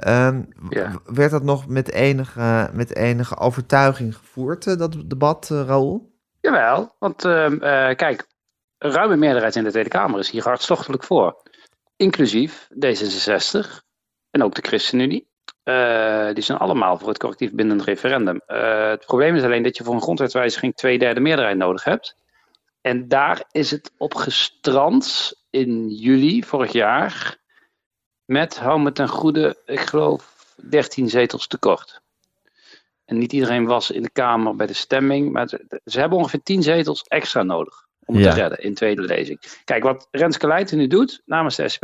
Werd dat nog met enige overtuiging gevoerd, dat debat, Raoul? Jawel, want kijk, een ruime meerderheid in de Tweede Kamer is hier hartstochtelijk voor. Inclusief D66 en ook de ChristenUnie. Die zijn allemaal voor het correctief bindend referendum. Het probleem is alleen dat je voor een grondwetswijziging 2/3 meerderheid nodig hebt. En daar is het op gestrand in juli vorig jaar... met, hou me ten goede, ik geloof 13 zetels tekort. En niet iedereen was in de Kamer bij de stemming. Maar ze hebben ongeveer 10 zetels extra nodig om het te redden in tweede lezing. Kijk, wat Renske Leijten nu doet namens de SP.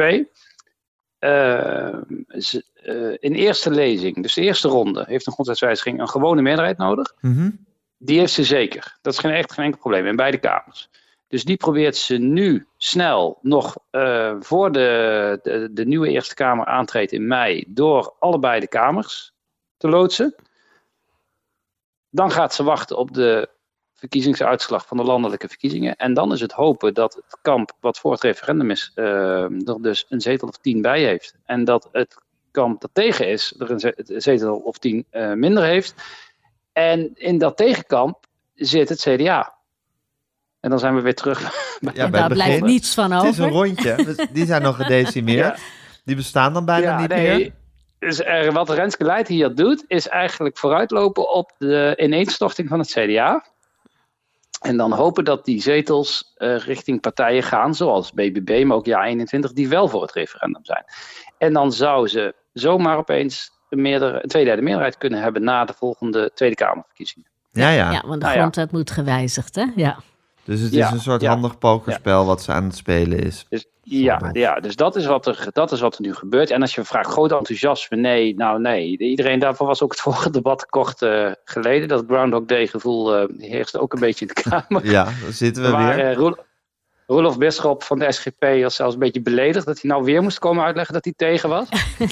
In eerste lezing, dus de eerste ronde, heeft een grondwetswijziging een gewone meerderheid nodig. Mm-hmm. Die heeft ze zeker. Dat is geen enkel probleem in beide kamers. Dus die probeert ze nu snel nog voor de nieuwe Eerste Kamer aantreedt in mei... door allebei de kamers te loodsen. Dan gaat ze wachten op de verkiezingsuitslag van de landelijke verkiezingen. En dan is het hopen dat het kamp wat voor het referendum is... er dus een zetel of 10 bij heeft. En dat het kamp dat tegen is er een zetel of 10 minder heeft. En in dat tegenkamp zit het CDA... En dan zijn we weer terug. Daar blijft niets van over. Het is een rondje. Die zijn nog gedecimeerd. Die bestaan dan bijna niet meer. Dus wat Renske Leijten hier doet, is eigenlijk vooruitlopen op de ineenstorting van het CDA. En dan hopen dat die zetels richting partijen gaan, zoals BBB, maar ook JA21, die wel voor het referendum zijn. En dan zou ze zomaar opeens een 2/3 meerderheid kunnen hebben na de volgende Tweede Kamerverkiezingen. Ja, want de grondwet moet gewijzigd, hè? Ja. Dus het is een soort handig pokerspel wat ze aan het spelen is. Dus, dus dat is wat er nu gebeurt. En als je vraagt, groot enthousiasme, nee. Iedereen daarvoor was ook het vorige debat kort geleden. Dat Groundhog Day gevoel heerst ook een beetje in de Kamer. Ja, daar zitten we weer. Roelof Bisschop van de SGP was zelfs een beetje beledigd dat hij nou weer moest komen uitleggen dat hij tegen was.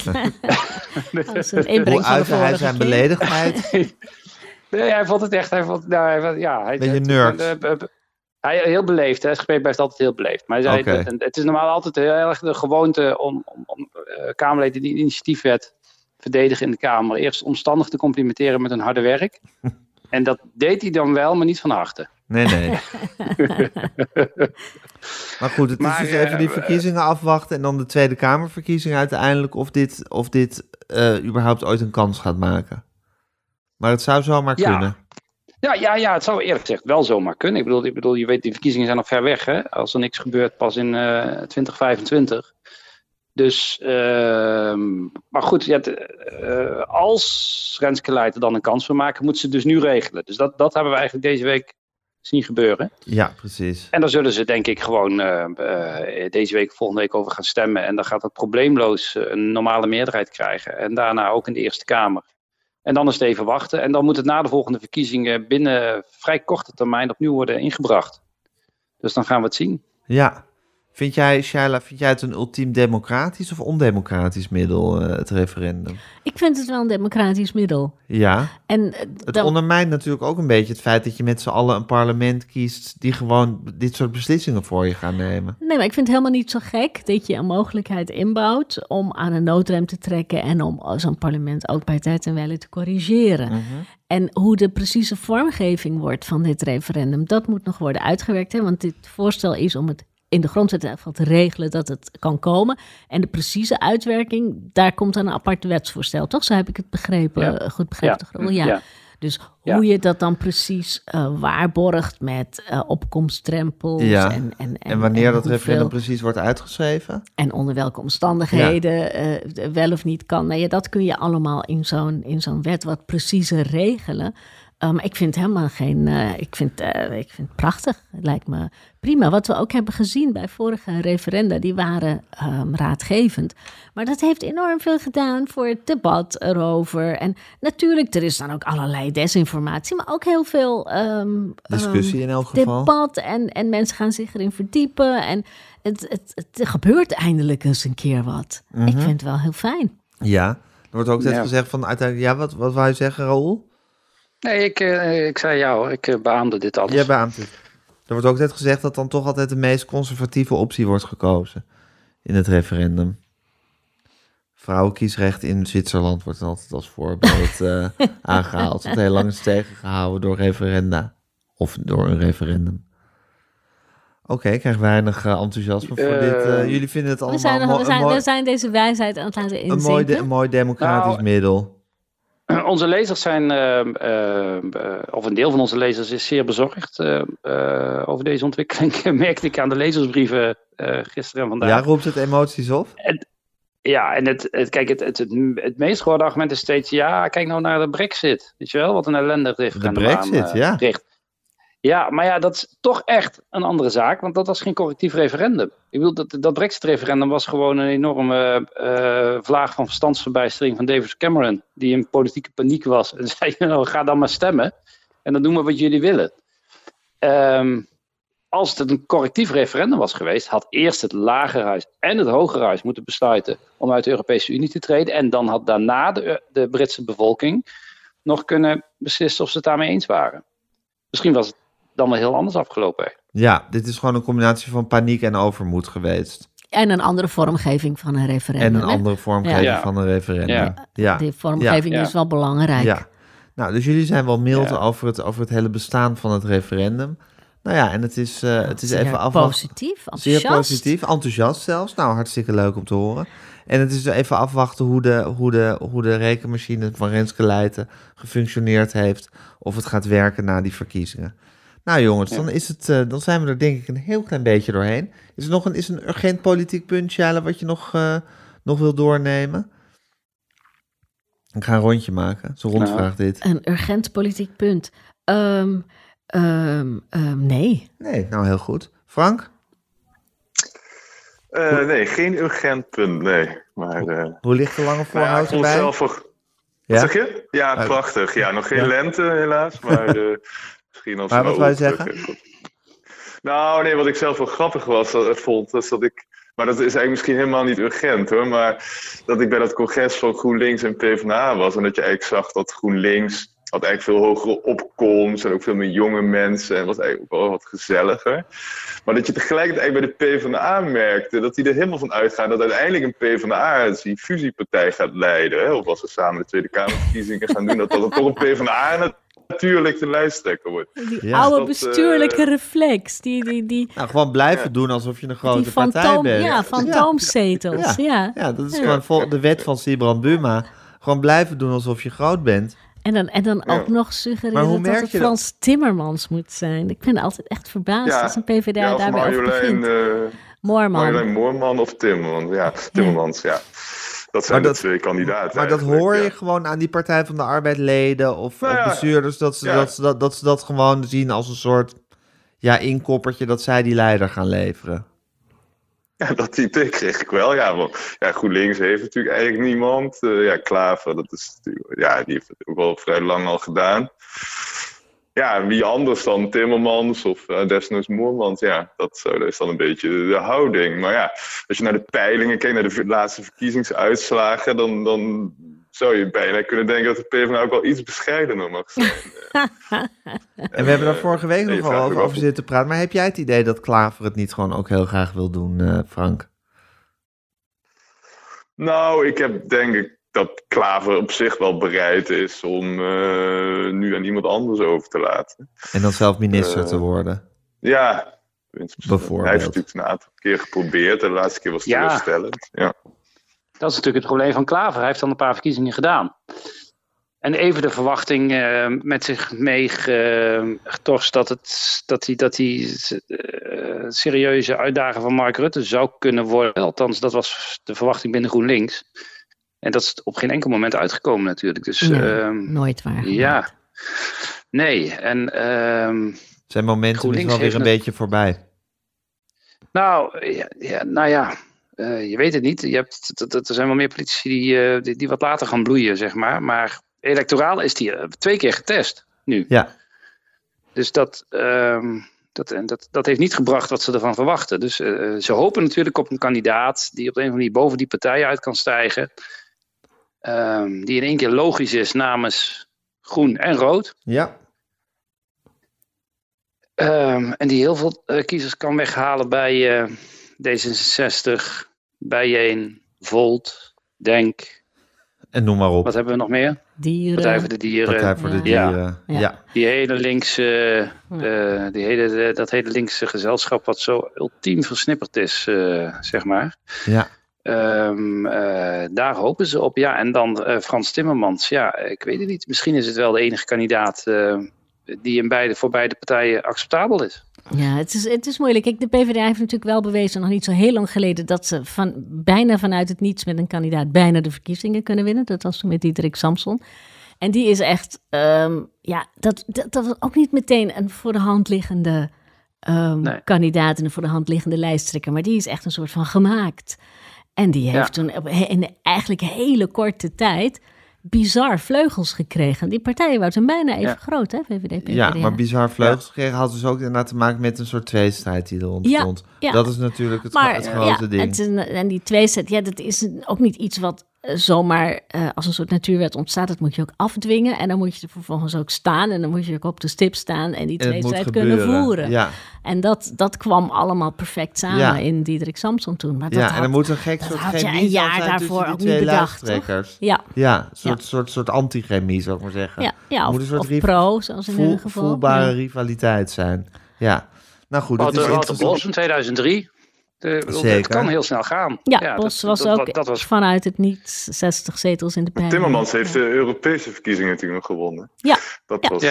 Hoe uitte hij zijn beledigdheid? Nee, hij vond het echt... Beetje nerd. Hij heel beleefd, de SGP blijft altijd heel beleefd. Maar hij zei, het is normaal altijd heel erg de gewoonte om Kamerleden die initiatiefwet verdedigen in de Kamer... eerst omstandig te complimenteren met hun harde werk. En dat deed hij dan wel, maar niet van harte. Nee. Maar goed, het is dus even die verkiezingen afwachten en dan de Tweede Kamerverkiezingen uiteindelijk of dit überhaupt ooit een kans gaat maken. Maar het zou zomaar kunnen. Ja, het zou eerlijk gezegd wel zomaar kunnen. Ik bedoel, je weet, die verkiezingen zijn nog ver weg, hè? Als er niks gebeurt, pas in 2025. Dus, maar goed, als Renske Leijten dan een kans wil maken, moet ze dus nu regelen. Dus dat hebben we eigenlijk deze week zien gebeuren. Ja, precies. En daar zullen ze denk ik gewoon deze week, volgende week over gaan stemmen. En dan gaat het probleemloos een normale meerderheid krijgen. En daarna ook in de Eerste Kamer. En dan is het even wachten. En dan moet het na de volgende verkiezingen binnen vrij korte termijn opnieuw worden ingebracht. Dus dan gaan we het zien. Ja. Vind jij, Shaila, het een ultiem democratisch of ondemocratisch middel, het referendum? Ik vind het wel een democratisch middel. Ja. En het ondermijnt natuurlijk ook een beetje het feit dat je met z'n allen een parlement kiest die gewoon dit soort beslissingen voor je gaan nemen. Nee, maar ik vind het helemaal niet zo gek dat je een mogelijkheid inbouwt om aan een noodrem te trekken en om zo'n parlement ook bij tijd en wijle te corrigeren. Mm-hmm. En hoe de precieze vormgeving wordt van dit referendum, dat moet nog worden uitgewerkt. Hè? Want dit voorstel is om het in de grondwet in ieder geval te regelen dat het kan komen. En de precieze uitwerking, daar komt dan een apart wetsvoorstel. Toch? Zo heb ik het begrepen. Ja. Goed begrepen, toch? Roel? Ja. Dus hoe je dat dan precies waarborgt met opkomstdrempels. Ja. En wanneer dat referendum precies wordt uitgeschreven. En onder welke omstandigheden wel of niet kan. Nou ja, dat kun je allemaal in zo'n wet wat preciezer regelen. Ik vind helemaal geen. Ik vind het prachtig. Het lijkt me prima. Wat we ook hebben gezien bij vorige referenda, die waren raadgevend. Maar dat heeft enorm veel gedaan voor het debat erover. En natuurlijk, er is dan ook allerlei desinformatie, maar ook heel veel discussie in elk geval. Debat en mensen gaan zich erin verdiepen. En het gebeurt eindelijk eens een keer wat. Mm-hmm. Ik vind het wel heel fijn. Ja, er wordt ook net gezegd van uiteindelijk. Ja, wat wou je zeggen, Raoul? Nee, ik zei jou, ik beaamde dit alles. Ja, beaamt het. Er wordt ook net gezegd dat dan toch altijd de meest conservatieve optie wordt gekozen in het referendum. Vrouwenkiesrecht in Zwitserland wordt altijd als voorbeeld aangehaald. Het heel lang is tegengehouden door referenda. Of door een referendum. Oké, ik krijg weinig enthousiasme voor dit. Jullie vinden het allemaal we zijn deze wijsheid aan het laten inzinken. Een mooi democratisch middel. Onze lezers zijn, of een deel van onze lezers is zeer bezorgd over deze ontwikkeling. Merkte ik aan de lezersbrieven gisteren en vandaag. Ja, roept het emoties op? En het meest gehoorde argument is steeds, ja, kijk nou naar de Brexit. Weet je wel, wat een ellendig referendum de Brexit, ja. Richt. Ja, maar ja, dat is toch echt een andere zaak, want dat was geen correctief referendum. Ik bedoel, dat Brexit-referendum was gewoon een enorme vlaag van verstandsverbijstering van David Cameron, die in politieke paniek was en zei, nou, ga dan maar stemmen en dan doen we wat jullie willen. Als het een correctief referendum was geweest, had eerst het Lagerhuis en het Hogerhuis moeten besluiten om uit de Europese Unie te treden en dan had daarna de Britse bevolking nog kunnen beslissen of ze het daarmee eens waren. Misschien was het dan wel heel anders afgelopen. Ja, dit is gewoon een combinatie van paniek en overmoed geweest. En een andere vormgeving van een referendum. En een andere vormgeving van een referendum. Ja. Die vormgeving is wel belangrijk. Ja. Nou, dus jullie zijn wel mild over het hele bestaan van het referendum. Nou ja, en het is even afwachten. Positief, enthousiast. Zeer positief, enthousiast zelfs. Nou, hartstikke leuk om te horen. En het is even afwachten hoe de rekenmachine van Renske Leijten gefunctioneerd heeft. Of het gaat werken na die verkiezingen. Nou jongens, dan zijn we er denk ik een heel klein beetje doorheen. Is er een urgent politiek punt, Shaila, wat je nog wil doornemen? Ik ga een rondje maken. Zo'n rondvraag dit. Een urgent politiek punt. Nee. Nee, nou heel goed. Frank? Nee, geen urgent punt, nee. Maar, hoe ligt de lange voorhoud erbij? Wat zeg je? Ja, prachtig. Ja, nog geen lente helaas, maar misschien als maar wat wou je zeggen? Nou, nee, wat ik zelf wel grappig vond, is dat ik... Maar dat is eigenlijk misschien helemaal niet urgent hoor, maar dat ik bij dat congres van GroenLinks en PvdA was en dat je eigenlijk zag dat GroenLinks had eigenlijk veel hogere opkomst en ook veel meer jonge mensen en was eigenlijk ook wel wat gezelliger. Maar dat je tegelijkertijd bij de PvdA merkte dat die er helemaal van uitgaan dat uiteindelijk een PvdA die fusiepartij gaat leiden. Hè? Of als we samen de Tweede Kamerverkiezingen gaan doen, dat er toch een PvdA natuurlijk de lijsttrekker wordt. Die oude bestuurlijke reflex. Die Nou, gewoon blijven doen alsof je een grote partij bent. Ja, fantoomzetels. Ja, dat is gewoon de wet van Sibrand Buma. Gewoon blijven doen alsof je groot bent. En dan ook nog suggereren dat het Frans Timmermans moet zijn. Ik ben altijd echt verbaasd als een PvdA daarbij over begint. Marjolein Moorman of Timmermans. Ja, Timmermans, ja. Dat zijn de twee kandidaten. Maar dat hoor je gewoon aan die Partij van de Arbeid leden of bestuurders, dat ze dat gewoon zien als een soort inkoppertje dat zij die leider gaan leveren. Ja, dat idee kreeg ik wel. Ja, want GroenLinks heeft natuurlijk eigenlijk niemand. Klaver, dat is natuurlijk, die heeft het ook wel vrij lang al gedaan. Ja, wie anders dan Timmermans of desnoods Moormans, dat is dan een beetje de houding. Maar ja, als je naar de peilingen kijkt, naar de laatste verkiezingsuitslagen, dan zou je bijna kunnen denken dat de PvdA ook wel iets bescheidener mag zijn. En we hebben daar vorige week nog al over zitten praten. Maar heb jij het idee dat Klaver het niet gewoon ook heel graag wil doen, Frank? Nou, ik heb denk ik dat Klaver op zich wel bereid is om nu aan iemand anders over te laten. En dan zelf minister te worden? Ja, bijvoorbeeld. Hij heeft het natuurlijk een aantal keer geprobeerd. De laatste keer was het teleurstellend. Ja. Dat is natuurlijk het probleem van Klaver. Hij heeft dan een paar verkiezingen gedaan. En even de verwachting met zich meegetorst dat hij serieuze uitdager van Mark Rutte zou kunnen worden. Althans, dat was de verwachting binnen GroenLinks. En dat is op geen enkel moment uitgekomen natuurlijk. Dus, nooit waar. Ja, nee. En, zijn momentum is wel weer een beetje voorbij. Nou ja. Je weet het niet. Er zijn wel meer politici die wat later gaan bloeien, zeg maar. Maar electoraal is die 2 keer getest nu. Ja. Dus dat heeft niet gebracht wat ze ervan verwachten. Dus ze hopen natuurlijk op een kandidaat die op de een of andere manier boven die partijen uit kan stijgen. Die in één keer logisch is namens groen en rood. Ja. En die heel veel kiezers kan weghalen bij D66, Bijeen, Volt, Denk. En noem maar op. Wat hebben we nog meer? Dieren. Partij voor de Dieren. Partij voor de Dieren, ja. Die hele linkse, dat hele linkse gezelschap wat zo ultiem versnipperd is, zeg maar. Ja. Daar hopen ze op. Ja, en dan Frans Timmermans. Ja, ik weet het niet. Misschien is het wel de enige kandidaat die voor beide partijen acceptabel is. Ja, het is moeilijk. Kijk, de PvdA heeft natuurlijk wel bewezen, nog niet zo heel lang geleden, dat ze bijna vanuit het niets met een kandidaat bijna de verkiezingen kunnen winnen. Dat was toen met Diederik Samson. En die is echt, dat was ook niet meteen een voor de hand liggende kandidaat en een voor de hand liggende lijsttrekker. Maar die is echt een soort van gemaakt. En die heeft toen in eigenlijk hele korte tijd bizar vleugels gekregen. Die partijen waren bijna even groot, hè, VVD, PvdA. Ja, maar bizar vleugels gekregen had dus ook inderdaad te maken met een soort tweestrijd die er ontstond. Ja. Dat is natuurlijk het grote ding. En die tweestrijd, dat is ook niet iets wat zomaar als een soort natuurwet ontstaat. Dat moet je ook afdwingen en dan moet je er vervolgens ook staan en dan moet je ook op de stip staan en die tweestrijd kunnen voeren. Ja. En dat kwam allemaal perfect samen in Diederik Samson toen. Maar en er moet een gek soort chemie een jaar daarvoor ook niet bedacht. Ja, soort anti-chemie, zou ik maar zeggen. Ja, of pro, zoals in ieder geval. Voelbare rivaliteit zijn. Ja, nou goed. Wouter Bos in 2003. Het kan heel snel gaan. Ja, Bos was ook vanuit het niet 60 zetels in de peiling. Timmermans heeft de Europese verkiezingen natuurlijk nog gewonnen. Ja. Dat was...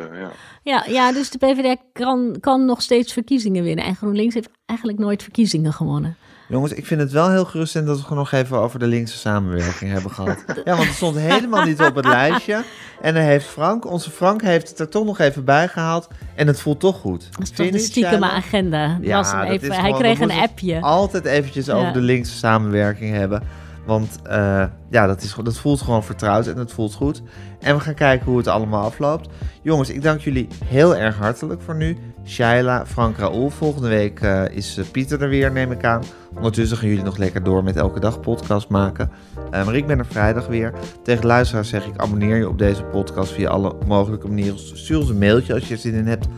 Ja, dus de PvdA kan nog steeds verkiezingen winnen. En GroenLinks heeft eigenlijk nooit verkiezingen gewonnen. Jongens, ik vind het wel heel geruststellend dat we gewoon nog even over de linkse samenwerking hebben gehad. Ja, want het stond helemaal niet op het lijstje. En dan heeft onze Frank heeft het er toch nog even bij gehaald. En het voelt toch goed. Dat is toch de stiekeme agenda. Hij kreeg een appje. Altijd eventjes over de linkse samenwerking hebben. Want dat voelt gewoon vertrouwd en het voelt goed. En we gaan kijken hoe het allemaal afloopt. Jongens, ik dank jullie heel erg hartelijk voor nu. Shaila, Frank, Raoul. Volgende week is Pieter er weer, neem ik aan. Ondertussen gaan jullie nog lekker door met elke dag podcast maken. Maar ik ben er vrijdag weer. Tegen luisteraars zeg ik, abonneer je op deze podcast via alle mogelijke manieren. Stuur ons een mailtje als je er zin in hebt.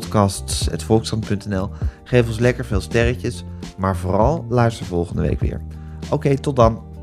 podcasts@volkskrant.nl. Geef ons lekker veel sterretjes. Maar vooral luister volgende week weer. Oké, tot dan.